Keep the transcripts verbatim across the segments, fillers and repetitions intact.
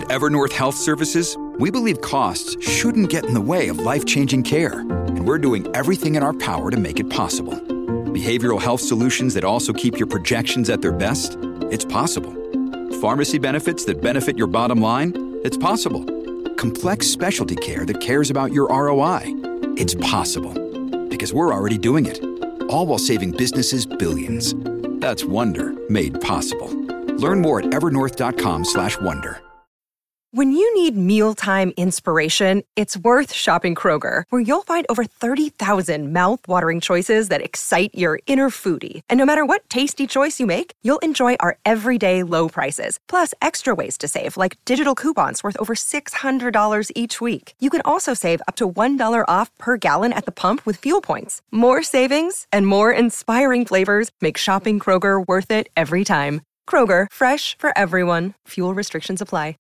Evernorth Health Services, we believe costs shouldn't get in the way of life-changing care, and we're doing everything in our power to make it possible. Behavioral health solutions that also keep your projections at their best? It's possible. Pharmacy benefits that benefit your bottom line? It's possible. Complex specialty care that cares about your R O I? It's possible. Because we're already doing it. All while saving businesses billions. That's Wonder made possible. Learn more at evernorth.com slash wonder. When you need mealtime inspiration, it's worth shopping Kroger, where you'll find over thirty thousand mouth-watering choices that excite your inner foodie. And no matter what tasty choice you make, you'll enjoy our everyday low prices, plus extra ways to save, like digital coupons worth over six hundred dollars each week. You can also save up to one dollar off per gallon at the pump with fuel points. More savings and more inspiring flavors make shopping Kroger worth it every time. Kroger, fresh for everyone. Fuel restrictions apply.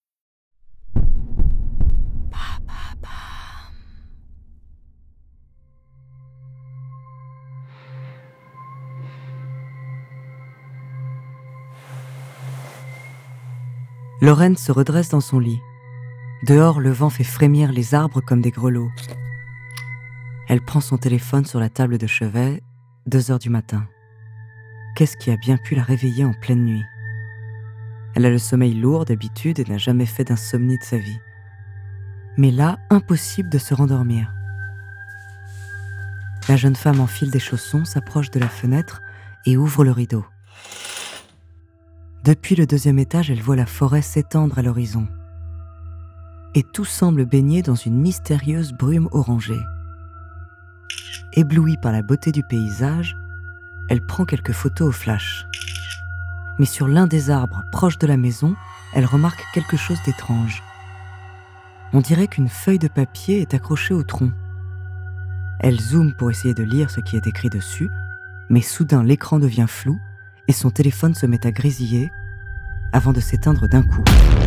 Lorraine se redresse dans son lit. Dehors, le vent fait frémir les arbres comme des grelots. Elle prend son téléphone sur la table de chevet, deux heures du matin. Qu'est-ce qui a bien pu la réveiller en pleine nuit ? Elle a le sommeil lourd d'habitude et n'a jamais fait d'insomnie de sa vie. Mais là, impossible de se rendormir. La jeune femme enfile des chaussons, s'approche de la fenêtre et ouvre le rideau. Depuis le deuxième étage, elle voit la forêt s'étendre à l'horizon. Et tout semble baigné dans une mystérieuse brume orangée. Éblouie par la beauté du paysage, elle prend quelques photos au flash. Mais sur l'un des arbres proches de la maison, elle remarque quelque chose d'étrange. On dirait qu'une feuille de papier est accrochée au tronc. Elle zoome pour essayer de lire ce qui est écrit dessus, mais soudain l'écran devient flou et son téléphone se met à grésiller avant de s'éteindre d'un coup.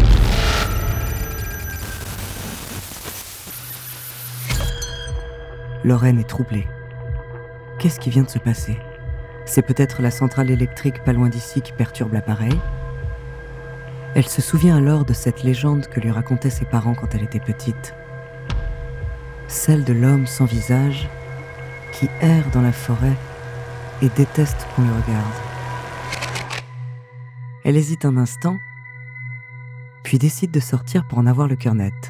Lorraine est troublée. Qu'est-ce qui vient de se passer ? C'est peut-être la centrale électrique pas loin d'ici qui perturbe l'appareil. Elle se souvient alors de cette légende que lui racontaient ses parents quand elle était petite. Celle de l'homme sans visage qui erre dans la forêt et déteste qu'on le regarde. Elle hésite un instant, puis décide de sortir pour en avoir le cœur net.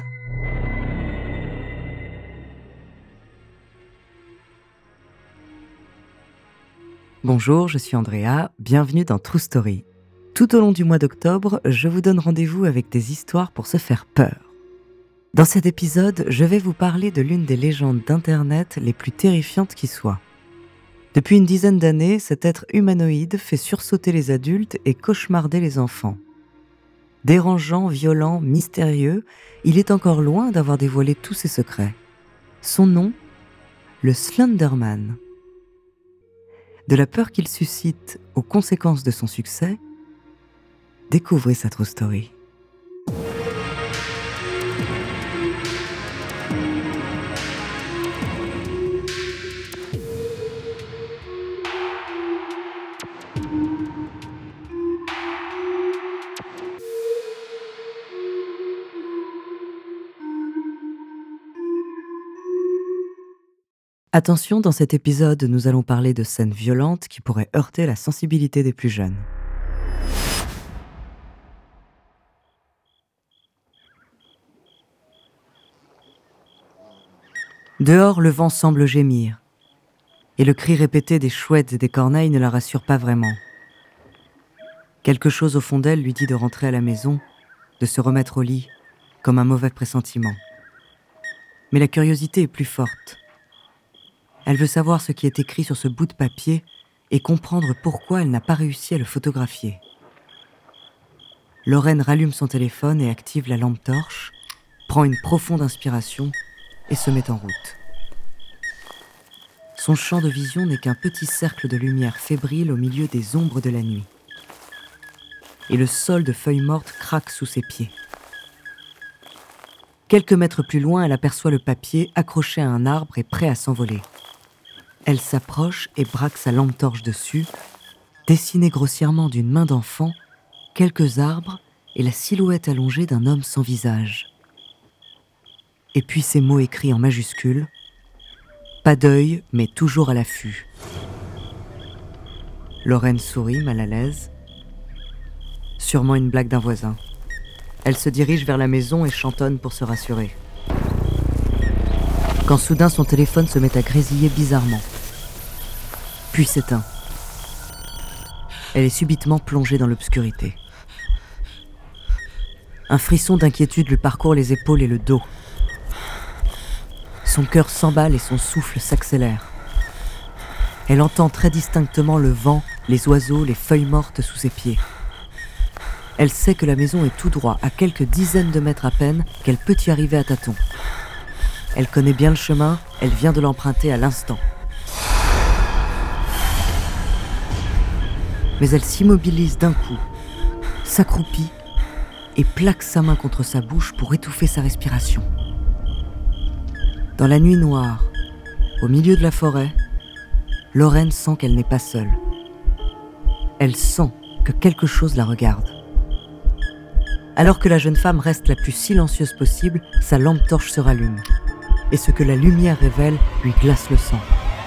Bonjour, je suis Andrea, bienvenue dans True Story. Tout au long du mois d'octobre, je vous donne rendez-vous avec des histoires pour se faire peur. Dans cet épisode, je vais vous parler de l'une des légendes d'Internet les plus terrifiantes qui soient. Depuis une dizaine d'années, cet être humanoïde fait sursauter les adultes et cauchemarder les enfants. Dérangeant, violent, mystérieux, il est encore loin d'avoir dévoilé tous ses secrets. Son nom, le Slenderman. De la peur qu'il suscite aux conséquences de son succès, découvrez sa true story. Attention, dans cet épisode, nous allons parler de scènes violentes qui pourraient heurter la sensibilité des plus jeunes. Dehors, le vent semble gémir, et le cri répété des chouettes et des corneilles ne la rassure pas vraiment. Quelque chose au fond d'elle lui dit de rentrer à la maison, de se remettre au lit, comme un mauvais pressentiment. Mais la curiosité est plus forte. Elle veut savoir ce qui est écrit sur ce bout de papier et comprendre pourquoi elle n'a pas réussi à le photographier. Lorraine rallume son téléphone et active la lampe torche, prend une profonde inspiration et se met en route. Son champ de vision n'est qu'un petit cercle de lumière fébrile au milieu des ombres de la nuit. Et le sol de feuilles mortes craque sous ses pieds. Quelques mètres plus loin, elle aperçoit le papier accroché à un arbre et prêt à s'envoler. Elle s'approche et braque sa lampe torche dessus, dessinée grossièrement d'une main d'enfant, quelques arbres et la silhouette allongée d'un homme sans visage. Et puis ces mots écrits en majuscules. Pas d'œil, mais toujours à l'affût. Lorraine sourit, mal à l'aise. Sûrement une blague d'un voisin. Elle se dirige vers la maison et chantonne pour se rassurer. Quand soudain son téléphone se met à grésiller bizarrement. Puis s'éteint. Elle est subitement plongée dans l'obscurité. Un frisson d'inquiétude lui parcourt les épaules et le dos. Son cœur s'emballe et son souffle s'accélère. Elle entend très distinctement le vent, les oiseaux, les feuilles mortes sous ses pieds. Elle sait que la maison est tout droit, à quelques dizaines de mètres à peine, qu'elle peut y arriver à tâtons. Elle connaît bien le chemin, elle vient de l'emprunter à l'instant. Mais elle s'immobilise d'un coup, s'accroupit et plaque sa main contre sa bouche pour étouffer sa respiration. Dans la nuit noire, au milieu de la forêt, Lorraine sent qu'elle n'est pas seule. Elle sent que quelque chose la regarde. Alors que la jeune femme reste la plus silencieuse possible, sa lampe torche se rallume. Et ce que la lumière révèle lui glace le sang.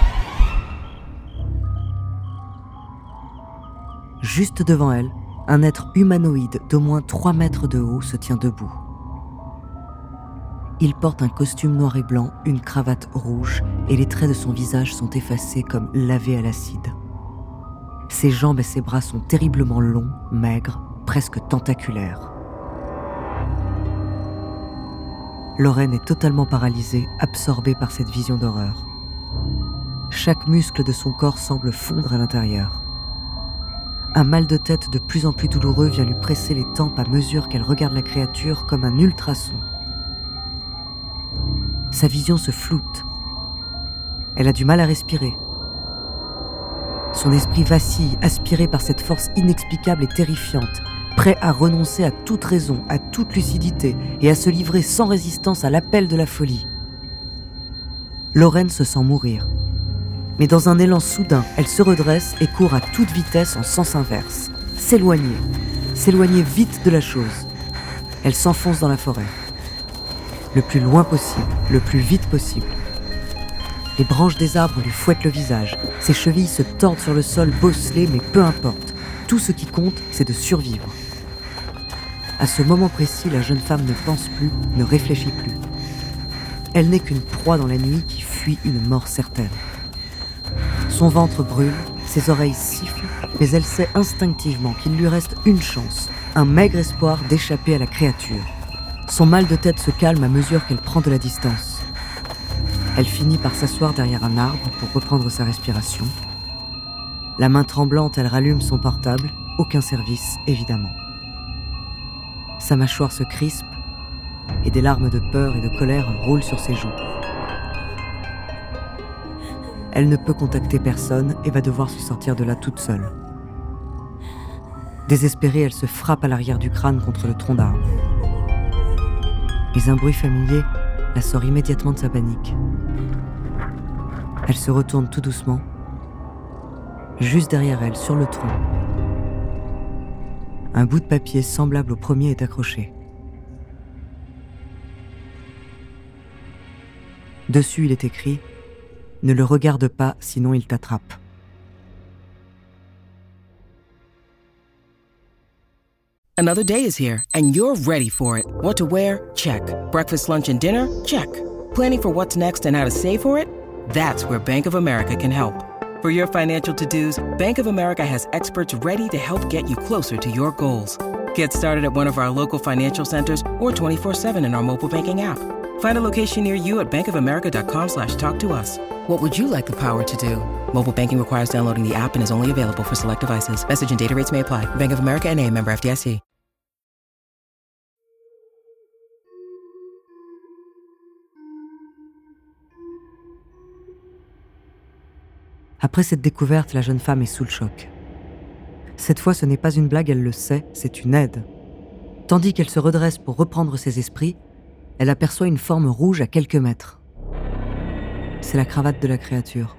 Juste devant elle, un être humanoïde d'au moins trois mètres de haut se tient debout. Il porte un costume noir et blanc, une cravate rouge, et les traits de son visage sont effacés comme lavés à l'acide. Ses jambes et ses bras sont terriblement longs, maigres, presque tentaculaires. Lorraine est totalement paralysée, absorbée par cette vision d'horreur. Chaque muscle de son corps semble fondre à l'intérieur. Un mal de tête de plus en plus douloureux vient lui presser les tempes à mesure qu'elle regarde la créature comme un ultrason. Sa vision se floute. Elle a du mal à respirer. Son esprit vacille, aspiré par cette force inexplicable et terrifiante, prêt à renoncer à toute raison, à toute lucidité et à se livrer sans résistance à l'appel de la folie. Lorraine se sent mourir. Mais dans un élan soudain, elle se redresse et court à toute vitesse en sens inverse. S'éloigner. S'éloigner vite de la chose. Elle s'enfonce dans la forêt. Le plus loin possible, le plus vite possible. Les branches des arbres lui fouettent le visage. Ses chevilles se tordent sur le sol bosselé, mais peu importe. Tout ce qui compte, c'est de survivre. À ce moment précis, la jeune femme ne pense plus, ne réfléchit plus. Elle n'est qu'une proie dans la nuit qui fuit une mort certaine. Son ventre brûle, ses oreilles sifflent, mais elle sait instinctivement qu'il lui reste une chance, un maigre espoir d'échapper à la créature. Son mal de tête se calme à mesure qu'elle prend de la distance. Elle finit par s'asseoir derrière un arbre pour reprendre sa respiration. La main tremblante, elle rallume son portable, aucun service, évidemment. Sa mâchoire se crispe et des larmes de peur et de colère roulent sur ses joues. Elle ne peut contacter personne et va devoir se sortir de là toute seule. Désespérée, elle se frappe à l'arrière du crâne contre le tronc d'arbre. Mais un bruit familier la sort immédiatement de sa panique. Elle se retourne tout doucement. Juste derrière elle, sur le tronc, un bout de papier semblable au premier est accroché. Dessus, il est écrit « Ne le regarde pas, sinon il t'attrape ». Another day is here, and you're ready for it. What to wear? Check. Breakfast, lunch, and dinner? Check. Planning for what's next and how to save for it? That's where Bank of America can help. For your financial to-dos, Bank of America has experts ready to help get you closer to your goals. Get started at one of our local financial centers or twenty-four seven in our mobile banking app. Find a location near you at bankofamerica.com slash talk to us. What would you like the power to do? Mobile banking requires downloading the app and is only available for select devices. Message and data rates may apply. Bank of America N A, member F D I C. Après cette découverte, la jeune femme est sous le choc. Cette fois, ce n'est pas une blague, elle le sait, c'est une aide. Tandis qu'elle se redresse pour reprendre ses esprits, elle aperçoit une forme rouge à quelques mètres. C'est la cravate de la créature.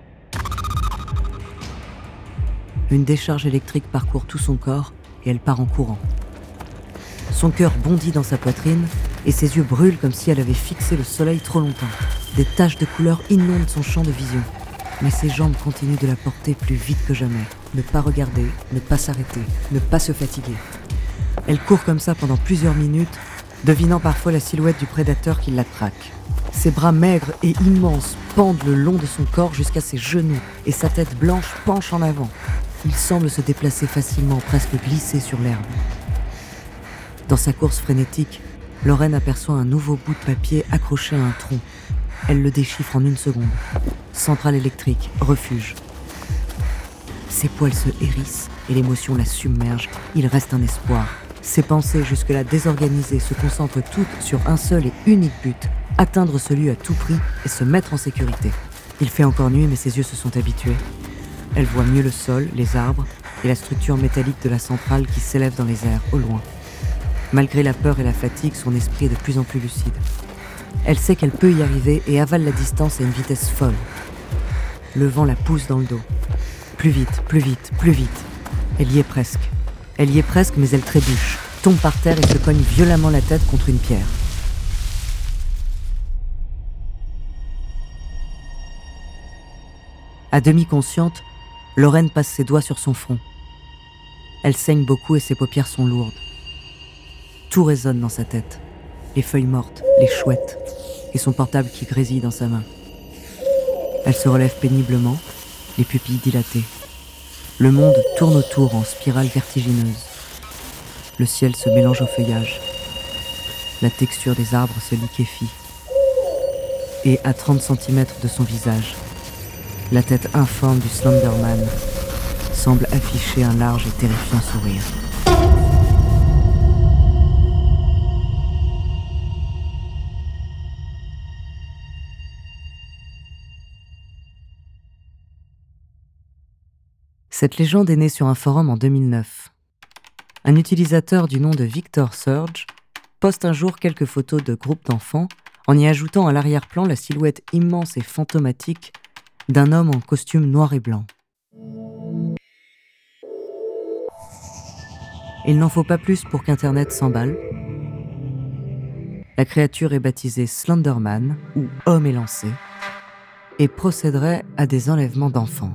Une décharge électrique parcourt tout son corps et elle part en courant. Son cœur bondit dans sa poitrine et ses yeux brûlent comme si elle avait fixé le soleil trop longtemps. Des taches de couleur inondent son champ de vision. Mais ses jambes continuent de la porter plus vite que jamais. Ne pas regarder, ne pas s'arrêter, ne pas se fatiguer. Elle court comme ça pendant plusieurs minutes, devinant parfois la silhouette du prédateur qui la traque. Ses bras maigres et immenses pendent le long de son corps jusqu'à ses genoux et sa tête blanche penche en avant. Il semble se déplacer facilement, presque glisser sur l'herbe. Dans sa course frénétique, Lorraine aperçoit un nouveau bout de papier accroché à un tronc. Elle le déchiffre en une seconde. Centrale électrique, refuge. Ses poils se hérissent et l'émotion la submerge. Il reste un espoir. Ses pensées, jusque-là désorganisées, se concentrent toutes sur un seul et unique but, atteindre ce lieu à tout prix et se mettre en sécurité. Il fait encore nuit, mais ses yeux se sont habitués. Elle voit mieux le sol, les arbres et la structure métallique de la centrale qui s'élève dans les airs, au loin. Malgré la peur et la fatigue, son esprit est de plus en plus lucide. Elle sait qu'elle peut y arriver et avale la distance à une vitesse folle. Le vent la pousse dans le dos. Plus vite, plus vite, plus vite. Elle y est presque. Elle y est presque, mais elle trébuche, tombe par terre et se cogne violemment la tête contre une pierre. À demi consciente, Lorraine passe ses doigts sur son front. Elle saigne beaucoup et ses paupières sont lourdes. Tout résonne dans sa tête. Les feuilles mortes, les chouettes, et son portable qui grésille dans sa main. Elle se relève péniblement, les pupilles dilatées. Le monde tourne autour en spirale vertigineuse. Le ciel se mélange au feuillage. La texture des arbres se liquéfie. Et à trente centimètres de son visage, la tête informe du Slenderman semble afficher un large et terrifiant sourire. Cette légende est née sur un forum en deux mille neuf. Un utilisateur du nom de Victor Surge poste un jour quelques photos de groupes d'enfants en y ajoutant à l'arrière-plan la silhouette immense et fantomatique d'un homme en costume noir et blanc. Il n'en faut pas plus pour qu'Internet s'emballe. La créature est baptisée Slenderman, ou homme élancé, et procéderait à des enlèvements d'enfants.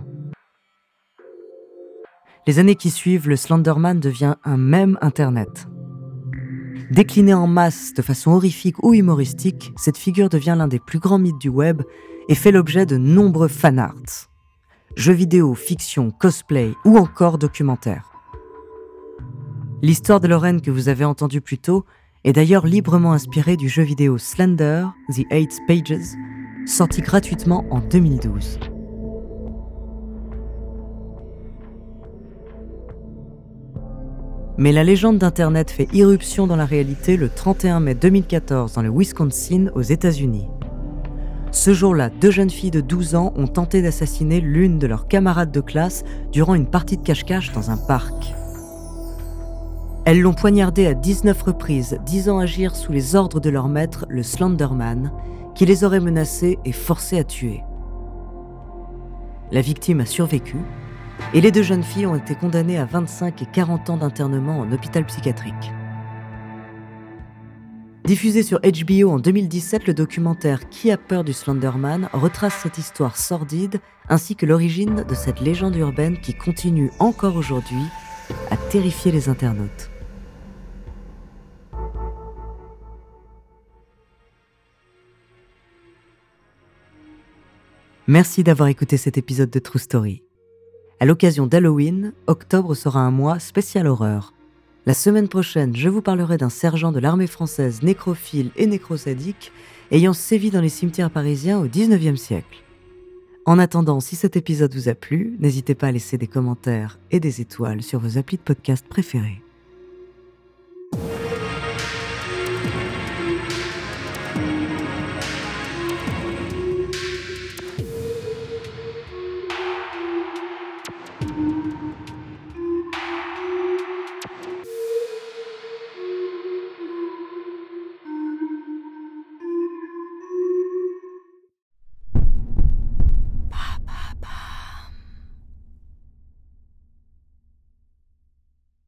Les années qui suivent, le Slenderman devient un mème Internet. Décliné en masse de façon horrifique ou humoristique, cette figure devient l'un des plus grands mythes du web et fait l'objet de nombreux fanarts. Jeux vidéo, fiction, cosplay ou encore documentaires. L'histoire de Lorraine que vous avez entendue plus tôt est d'ailleurs librement inspirée du jeu vidéo Slender, The Eight Pages, sorti gratuitement en deux mille douze. Mais la légende d'Internet fait irruption dans la réalité le trente et un mai deux mille quatorze dans le Wisconsin, aux États-Unis. Ce jour-là, deux jeunes filles de douze ans ont tenté d'assassiner l'une de leurs camarades de classe durant une partie de cache-cache dans un parc. Elles l'ont poignardée à dix-neuf reprises, disant agir sous les ordres de leur maître, le Slenderman, qui les aurait menacées et forcées à tuer. La victime a survécu, et les deux jeunes filles ont été condamnées à vingt-cinq et quarante ans d'internement en hôpital psychiatrique. Diffusé sur H B O en deux mille dix-sept, le documentaire Qui a peur du Slenderman retrace cette histoire sordide ainsi que l'origine de cette légende urbaine qui continue encore aujourd'hui à terrifier les internautes. Merci d'avoir écouté cet épisode de True Story. À l'occasion d'Halloween, octobre sera un mois spécial horreur. La semaine prochaine, je vous parlerai d'un sergent de l'armée française nécrophile et nécrosadique ayant sévi dans les cimetières parisiens au dix-neuvième siècle. En attendant, si cet épisode vous a plu, n'hésitez pas à laisser des commentaires et des étoiles sur vos applis de podcast préférés.